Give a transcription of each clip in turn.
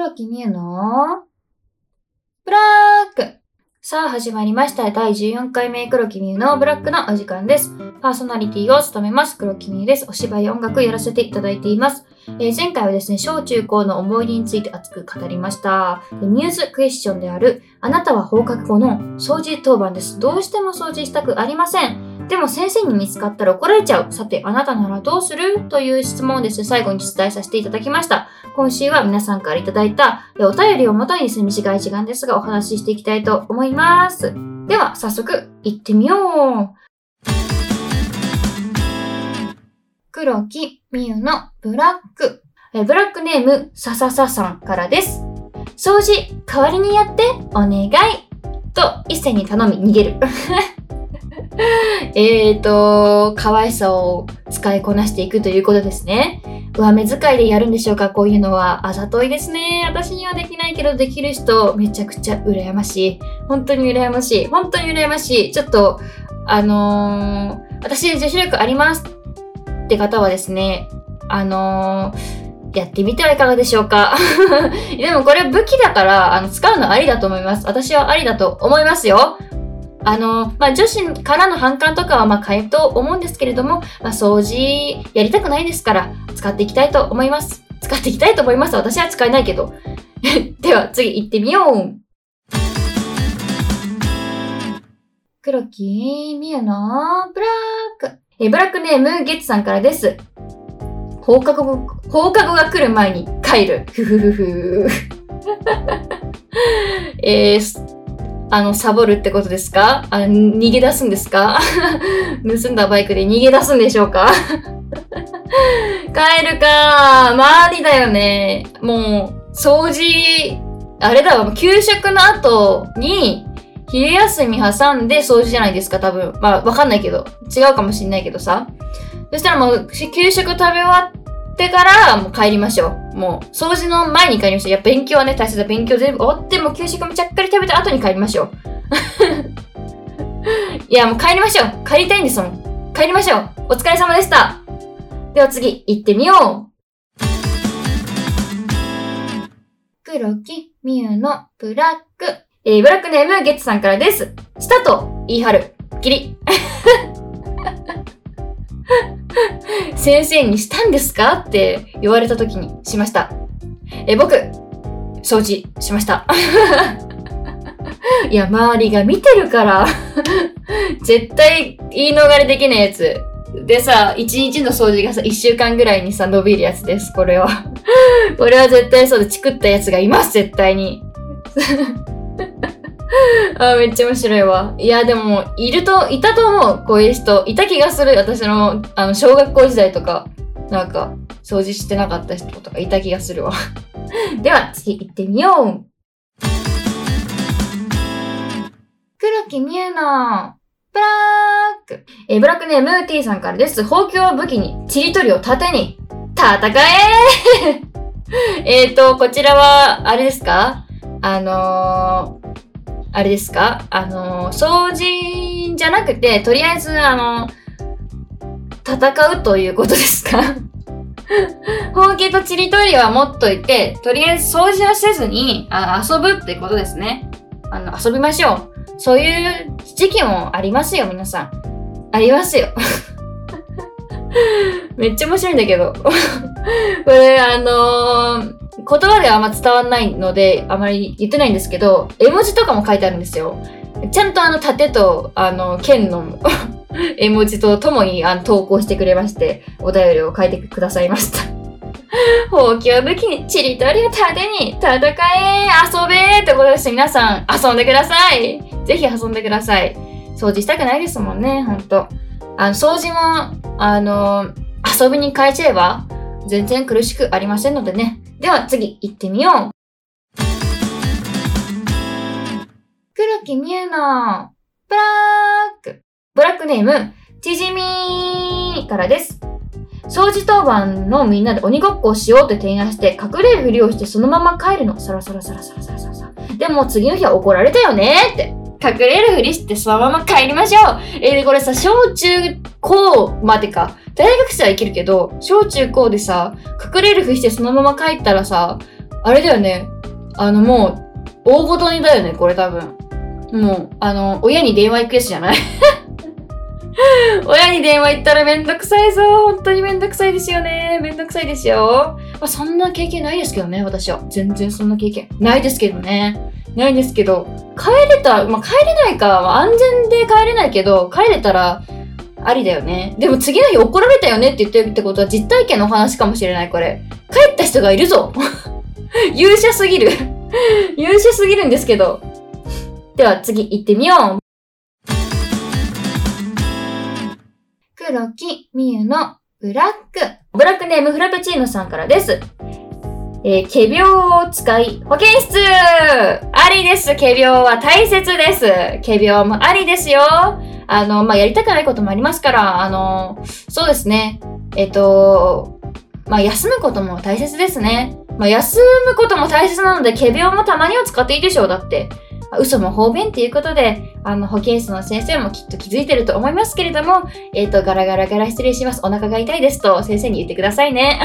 黒木美優のブラック。さあ始まりました。第14回目黒木美優のブラックのお時間です。パーソナリティを務めます黒木美優です。お芝居音楽やらせていただいています。前回はですね、小中高の思い出について熱く語りました。ニュースクエスチョンである、あなたは放課後の掃除当番です。どうしても掃除したくありません。でも先生に見つかったら怒られちゃう。さて、あなたならどうするという質問をですね、最後に出題させていただきました。今週は皆さんからいただいたお便りをもとにですね、短い時間ですがお話ししていきたいと思います。では、早速行ってみよう。黒木美優のブラック。ブラックネーム、ささささんからです。掃除、代わりにやって、お願い。と、一斉に頼み逃げる。可愛さを使いこなしていくということですね。上目遣いでやるんでしょうか、こういうのは。あざといですね。私にはできないけど、できる人、めちゃくちゃ羨ましい。本当に羨ましい。本当に羨ましい。ちょっと、私、女子力ありますって方はですね、やってみてはいかがでしょうか。でもこれ武器だから、使うのありだと思います。私はありだと思いますよ。女子からの反感とかは買えると思うんですけれども、掃除やりたくないですから、使っていきたいと思います。使っていきたいと思います。私は使えないけど。では、次行ってみよう。黒木美優のブラック。ブラックネーム、ゲッツさんからです。放課後が来る前に帰る。ふふふふ。サボるってことですか？逃げ出すんですか？盗んだバイクで逃げ出すんでしょうか？帰るか。周りだよね。もう、掃除、あれだわ、給食の後に、昼休み挟んで掃除じゃないですか、多分。わかんないけど。違うかもしんないけどさ。そしたらもう、給食食べ終わってから、もう帰りましょう。もう、掃除の前に帰りましょう。いや、勉強はね、大切だ。勉強全部終わって、もう給食もちゃっかり食べた後に帰りましょう。いや、もう帰りましょう。帰りたいんですもん。帰りましょう。お疲れ様でした。では次、行ってみよう。黒木美優のブラック。ブラックネーム、ゲッツさんからです。スタート言い張る。キリ。先生にしたんですかって言われた時にしました。僕、掃除しました。いや、周りが見てるから。絶対言い逃れできないやつ。でさ、1日の掃除がさ、1週間ぐらいにさ、伸びるやつです、これは。これは絶対そうで、チクったやつがいます、絶対に。めっちゃ面白いわ。いや、でも、いたと思う。こういう人。いた気がする。私の、小学校時代とか、なんか、掃除してなかった人とかいた気がするわ。では、次行ってみよう。黒木美優のブラック。ブラックネーム T さんからです。ほうきを武器に、ちりとりを盾に、戦えこちらは、あれですか？あれですか？掃除じゃなくて、とりあえず、戦うということですか？ほうきとちりとりは持っといて、とりあえず掃除はせずに、遊ぶってことですね。遊びましょう。そういう時期もありますよ、皆さん。ありますよ。めっちゃ面白いんだけど。これ、言葉ではあんま伝わんないので、あまり言ってないんですけど、絵文字とかも書いてあるんですよ。ちゃんと盾と、剣の絵文字とともに投稿してくれまして、お便りを書いてくださいました。ほうきを武器に、ちりとりを盾に、戦え、遊べってことです。皆さん、遊んでください。ぜひ遊んでください。掃除したくないですもんね、ほんと。掃除も、遊びに変えちゃえば、全然苦しくありませんのでね。では次行ってみよう。黒木美優のブラック。ブラックネーム、ちじみーからです。掃除当番のみんなで鬼ごっこをしようって提案して、隠れるふりをしてそのまま帰るの。サラサラサラサラサラサラサラ。でも次の日は怒られたよねって。隠れるふりしてそのまま帰りましょう。で、これさ、小中高までか。大学生はいけるけど、小中高でさ、隠れるふりしてそのまま帰ったらさ、あれだよね。 もう、大ごとにだよね、これ多分。もう、親に電話行くやつじゃない親に電話行ったらめんどくさいぞ。本当にめんどくさいですよね。めんどくさいですよ。そんな経験ないですけどね、私は。全然そんな経験ないですけどね。ないですけど、帰れないか、安全で帰れないけど、帰れたら、ありだよね。でも次の日怒られたよねって言ってるってことは実体験の話かもしれない、これ。帰った人がいるぞ。勇者すぎる。勇者すぎるんですけど。では次行ってみよう。黒木みゆのブラックネームフラペチーノさんからです。仮病を使い保健室ありです。仮病は大切です。仮病もありですよ。やりたくないこともありますから、そうですね。休むことも大切ですね。休むことも大切なので、仮病もたまには使っていいでしょう。だって。嘘も方便っていうことで、保健室の先生もきっと気づいてると思いますけれども、ガラガラ失礼します。お腹が痛いですと先生に言ってくださいね。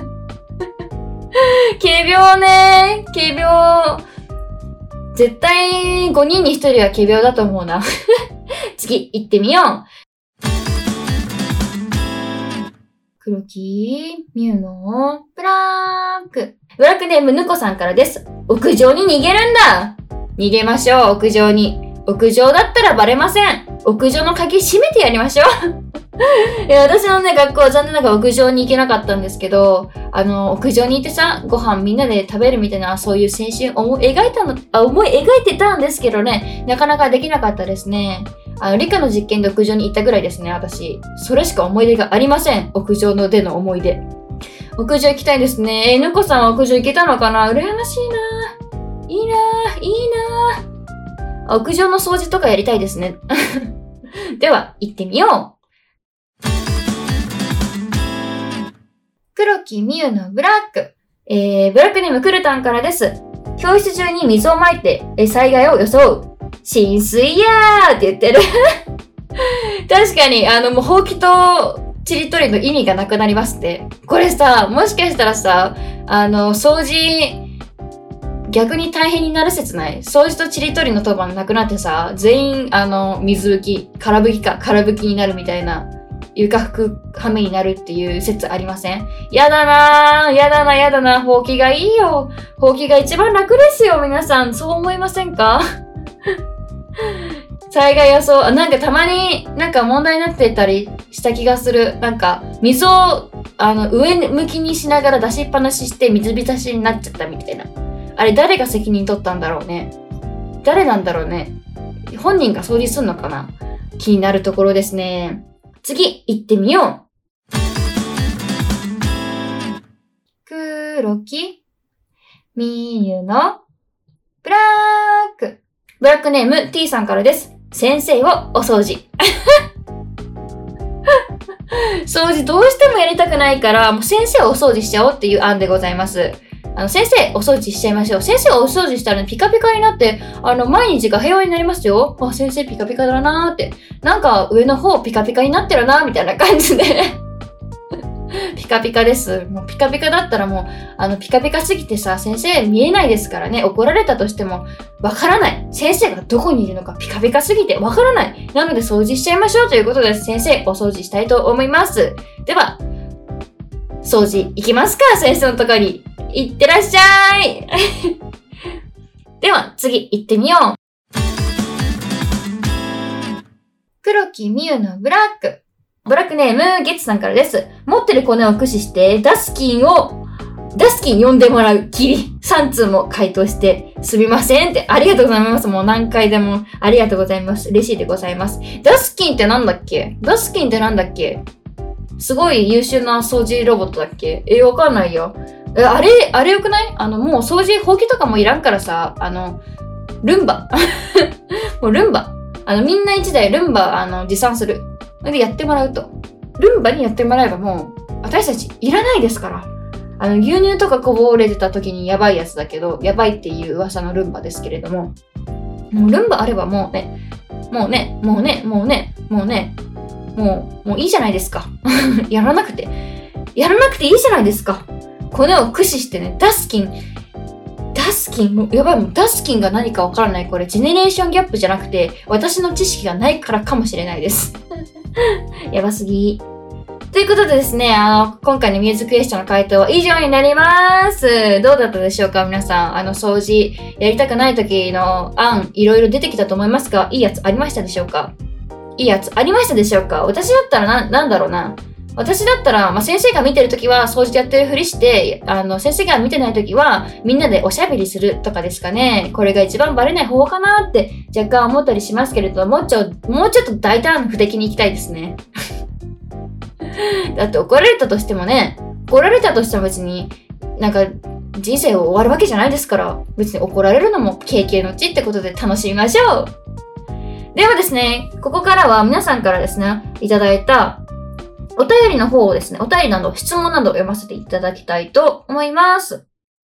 仮病ね。仮病。絶対5人に1人は仮病だと思うな。次、行ってみよう。黒木みゆのブラックネームぬこさんからです。屋上に逃げるんだ。逃げましょう、屋上に。屋上だったらバレません。屋上の鍵閉めてやりましょう。私のね、学校は残念ながら屋上に行けなかったんですけど、屋上に行ってさ、ご飯みんなで食べるみたいな、そういう青春思い描いてたんですけどね、なかなかできなかったですね。理科の実験で屋上に行ったぐらいですね、私。それしか思い出がありません。屋上での思い出。屋上行きたいですね。ぬこさんは屋上行けたのかな？羨ましいな。いいな。屋上の掃除とかやりたいですね。では、行ってみよう。黒木みゆのブラック。ブラックネームくるたんからです。教室中に水をまいて、災害を装う。浸水やーって言ってる。確かに、もうほうきとちりとりの意味がなくなりますって。これさ、もしかしたらさ、掃除、逆に大変になる説ない？掃除とちりとりの当番なくなってさ、全員、水拭き、空拭きになるみたいな、床拭く羽目になるっていう説ありません？やだな、ほうきがいいよ。ほうきが一番楽ですよ、皆さん。そう思いませんか？災害予想、なんかたまになんか問題になってたりした気がする。なんか、水を、上向きにしながら出しっぱなしして水浸しになっちゃったみたいな。あれ誰が責任取ったんだろうね。誰なんだろうね。本人が掃除すんのかな？気になるところですね。次、行ってみよう。黒木みゆのブラックネーム T さんからです。先生をお掃除。掃除どうしてもやりたくないから、もう先生をお掃除しちゃおうっていう案でございます。先生、お掃除しちゃいましょう。先生お掃除したら、ね、ピカピカになって、毎日が平和になりますよ。あ、先生ピカピカだなーって。なんか上の方ピカピカになってるなーみたいな感じで。ピカピカです。もうピカピカだったらもう、ピカピカすぎてさ、先生見えないですからね。怒られたとしても、わからない。先生がどこにいるのかピカピカすぎてわからない。なので掃除しちゃいましょうということです。先生、お掃除したいと思います。では、掃除行きますか？先生のとこに。いってらっしゃい。では、次行ってみよう。黒木みゆのブラックネームゲッツさんからです。持ってるコネを駆使してダスキン呼んでもらうキリ3通も回答してすみませんって。ありがとうございます。もう何回でもありがとうございます。嬉しいでございます。ダスキンってなんだっけ？すごい優秀な掃除ロボットだっけ？わかんないよ。あれよくない？もう掃除、ほうきとかもいらんからさ、ルンバ。もうルンバ。みんな一台ルンバ、持参する。で、やってもらうと。ルンバにやってもらえばもう、私たちいらないですから。牛乳とかこぼれてた時にやばいやつだけど、やばいっていう噂のルンバですけれども、もうルンバあればもういいじゃないですか。やらなくていいじゃないですか。コネを駆使してね、ダスキンスキン、もうやばい、もうダスキンが何かわからない。これ、ジェネレーションギャップじゃなくて、私の知識がないからかもしれないです。やばすぎ。ということでですね、今回のミューズクエスチョンの回答は以上になります。どうだったでしょうか皆さん。掃除やりたくない時の案、いろいろ出てきたと思いますが、いいやつありましたでしょうか？いいやつありましたでしょうか？私だったらなんだろうな。私だったら、先生が見てるときは掃除やってるふりして、先生が見てないときはみんなでおしゃべりするとかですかね。これが一番バレない方法かなって若干思ったりしますけれども、もうちょっと大胆な不敵に行きたいですね。だって怒られたとしても別になんか人生終わるわけじゃないですから、別に怒られるのも経験のうちってことで楽しみましょう。ではですね、ここからは皆さんからですね、いただいたお便りの方をですね、お便りなど質問などを読ませていただきたいと思います。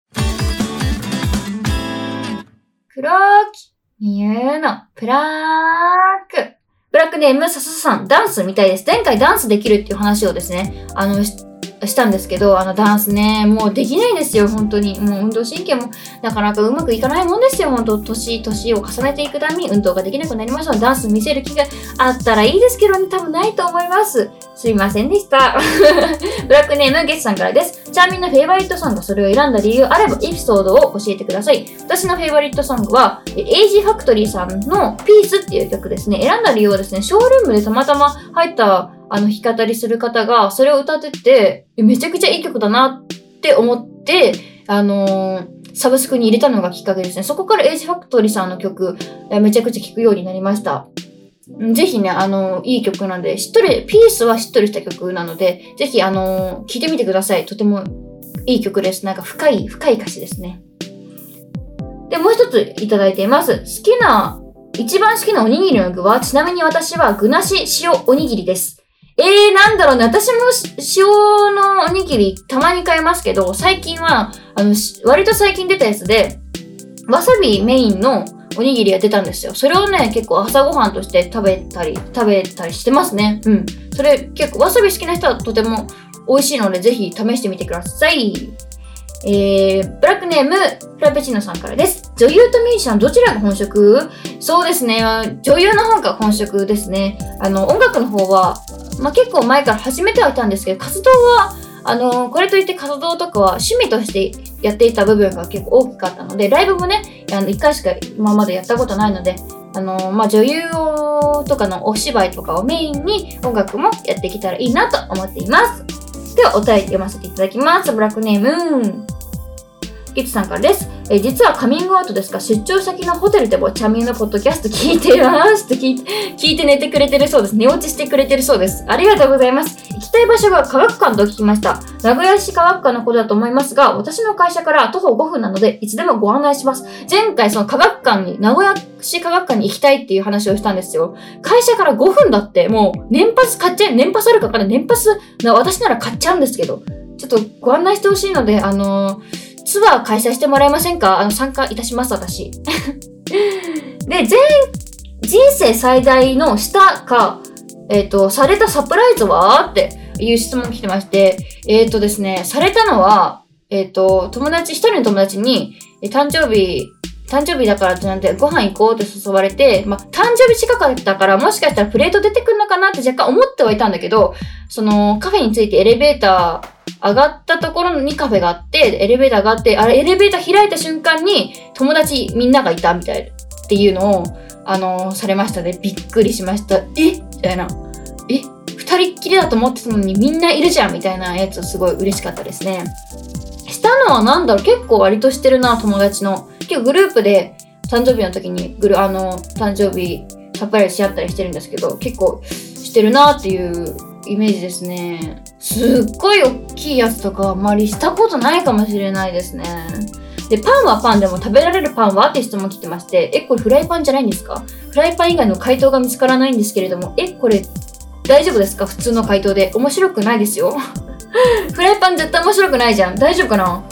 黒木みゆのブラックネームさささん、ダンスみたいです。前回ダンスできるっていう話をですね、したんですけど、ダンスね、もうできないですよ、本当に。もう運動神経もなかなかうまくいかないもんですよ、本当。年を重ねていくたびに運動ができなくなりました。ダンス見せる気があったらいいですけどね、多分ないと思います。すいませんでした。ブラックネームゲスさんからです。チャーミンのフェイバリットソング、それを選んだ理由あればエピソードを教えてください。私のフェイバリットソングは、エイジファクトリーさんのピースっていう曲ですね。選んだ理由はですね、ショールームでたまたま入った弾き語りする方がそれを歌ってて、めちゃくちゃいい曲だなって思って、サブスクに入れたのがきっかけですね。そこからエイジファクトリーさんの曲、めちゃくちゃ聴くようになりました。ぜひね、いい曲なんで、ピースはしっとりした曲なので、ぜひ、聴いてみてください。とてもいい曲です。なんか深い歌詞ですね。で、もう一ついただいています。一番好きなおにぎりの具は、ちなみに私は具なし塩おにぎりです。なんだろうね。私も塩のおにぎりたまに買いますけど、最近は、割と最近出たやつで、わさびメインのおにぎりが出たんですよ。それをね、結構朝ごはんとして食べたりしてますね。うん。それ結構、わさび好きな人はとても美味しいので、ぜひ試してみてください。ブラックネーム、フラペチーノさんからです。女優とミュージシャン、どちらが本職？そうですね。女優の方が本職ですね。音楽の方は、結構前から始めてはいたんですけど、活動は、これといって活動とかは趣味としてやっていた部分が結構大きかったので、ライブもね、1回しか今までやったことないので、女優とかのお芝居とかをメインに音楽もやっていけたらいいなと思っています。では、お便り読ませていただきます。ブラックネーム、ギツさんからです。実はカミングアウトですが、出張先のホテルでもチャミンのポッドキャスト聞いていますと聞いて寝てくれてるそうです。寝落ちしてくれてるそうです。ありがとうございます。行きたい場所が科学館と聞きました。名古屋市科学館のことだと思いますが、私の会社から徒歩5分なので、いつでもご案内します。前回その名古屋市科学館に行きたいっていう話をしたんですよ。会社から5分だって、もう年パスあるか分かんない。年パス私なら買っちゃうんですけど、ちょっとご案内してほしいので、ツアー開催してもらえませんか？参加いたします、私。で、人生最大のしたか、されたサプライズはっていう質問来てまして、ですね、されたのは、一人の友達に、誕生日だからってなんてご飯行こうって誘われて、誕生日近かったからもしかしたらプレート出てくるのかなって若干思ってはいたんだけど、そのカフェについてエレベーター上がったところにカフェがあって、エレベーター上がって、エレベーター開いた瞬間に友達みんながいたみたいっていうのを、されましたね。びっくりしました。みたいな。二人っきりだと思ってたのにみんないるじゃんみたいなやつすごい嬉しかったですね。したのは結構割としてるな、友達の。結構グループで誕生日の時に誕生日サプライズし合ったりしてるんですけど、結構してるなっていうイメージですね。すっごい大きいやつとかあんまりしたことないかもしれないですね。で、パンはパンでも食べられるパンはって質問来てまして、これフライパンじゃないんですか？フライパン以外の回答が見つからないんですけれども、これ大丈夫ですか？普通の回答で。面白くないですよ。フライパン絶対面白くないじゃん。大丈夫かな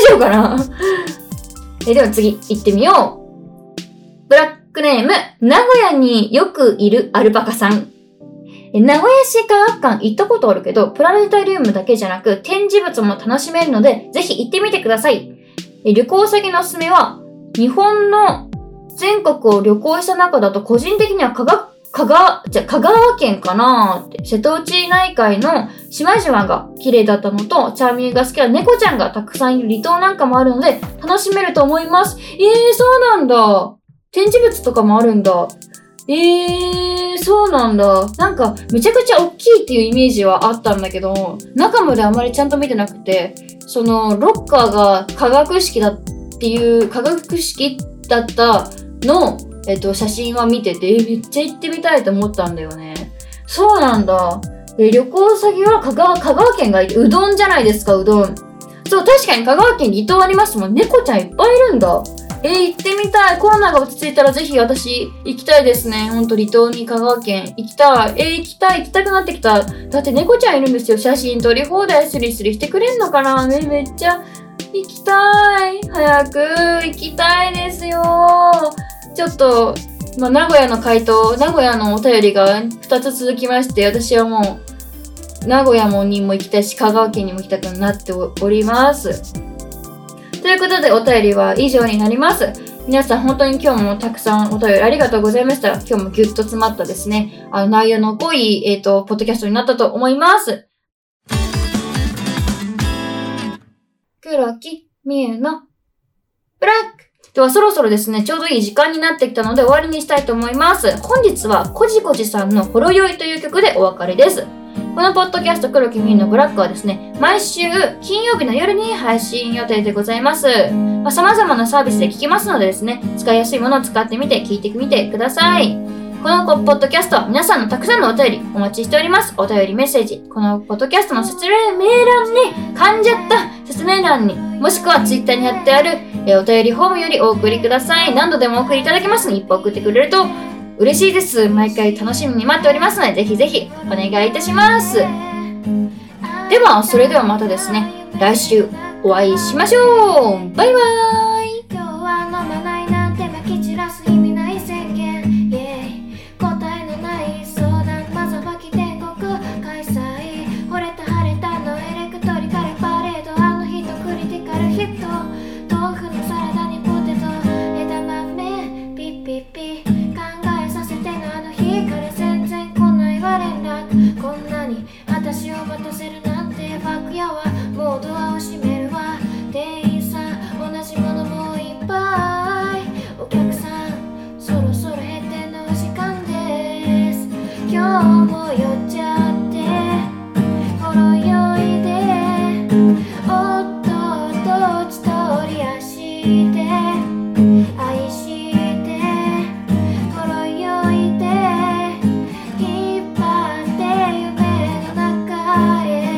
では次行ってみよう。ブラックネーム、名古屋によくいるアルパカさん。名古屋市科学館行ったことあるけど、プラネタリウムだけじゃなく展示物も楽しめるので、ぜひ行ってみてください。 旅行先のおすすめは、日本の全国を旅行した中だと個人的には香川県かなーって、瀬戸内内海の島々が綺麗だったのと、チャーミーが好きな猫ちゃんがたくさんいる離島なんかもあるので、楽しめると思います。そうなんだ。展示物とかもあるんだ。そうなんだ。なんか、めちゃくちゃ大きいっていうイメージはあったんだけど、中まであまりちゃんと見てなくて、その、ロッカーが化学式だったの、写真は見てて、めっちゃ行ってみたいと思ったんだよね。そうなんだ。旅行先は香川県がうどんじゃないですか、うどん。そう、確かに香川県離島ありますもん。猫ちゃんいっぱいいるんだ。行ってみたい。コロナが落ち着いたらぜひ私行きたいですね。ほんと離島に香川県行きたい。行きたくなってきた。だって猫ちゃんいるんですよ。写真撮り放題スリスリしてくれんのかな。めっちゃ行きたい。早く行きたいですよ。ちょっと、名古屋のお便りが2つ続きまして、私はもう、名古屋にも行きたいし、香川県にも行きたくなっております。ということで、お便りは以上になります。皆さん本当に今日もたくさんお便りありがとうございました。今日もぎゅっと詰まったですね、内容の濃い、ポッドキャストになったと思います。黒木みゆのブラックではそろそろですね、ちょうどいい時間になってきたので終わりにしたいと思います。本日はこじこじさんのほろ酔いという曲でお別れです。このポッドキャスト黒木みゆのブラックはですね、毎週金曜日の夜に配信予定でございます。様々なサービスで聞きますのでですね、使いやすいものを使ってみて聞いてみてください。このポッドキャストは皆さんのたくさんのお便りお待ちしております。お便りメッセージ、このポッドキャストの説明欄に、噛んじゃった説明欄に、もしくはツイッターに貼ってある、お便りフォームよりお送りください。何度でもお送りいただけますので、いっぱい送ってくれると嬉しいです。毎回楽しみに待っておりますので、ぜひぜひお願いいたします。では、それではまたですね、来週お会いしましょう。バイバーイ。 私を待たせるなんてファックやわ。もうドアを閉めるわ。店員さん同じものもういっぱい。お客さんそろそろ閉店のお時間です。今日も酔っちゃってほろ酔いでおっとっとちとり足で愛してほろ酔いで引っ張って夢の中へ。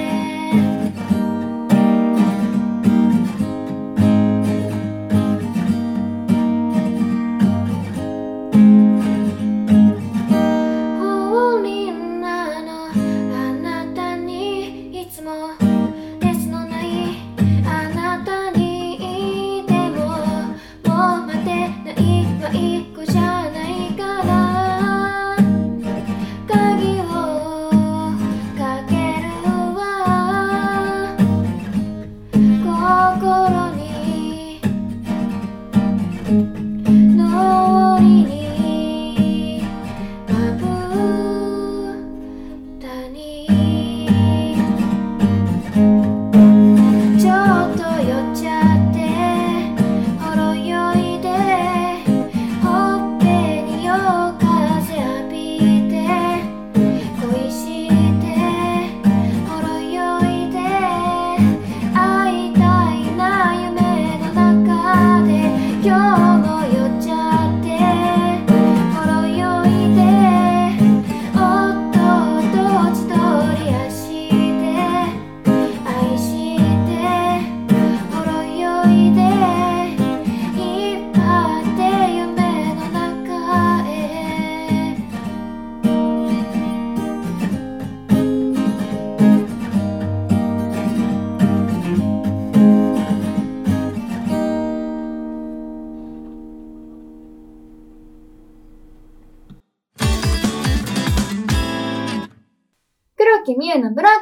ホーリンナのあなたにいつもレスのないあなたにでももう待てないは一個じゃないから鍵をかけるわ。心に脳裏にまぶたにちょっと酔っちゃってほろ酔いでほっぺに夜風浴びて恋してほろ酔いで会いたいな夢の中で。今日も酔っちゃってほろ酔いでおっとっとちとり足で愛してほろ酔いで引っ張って夢の中へ。 黒木みゆのブラッ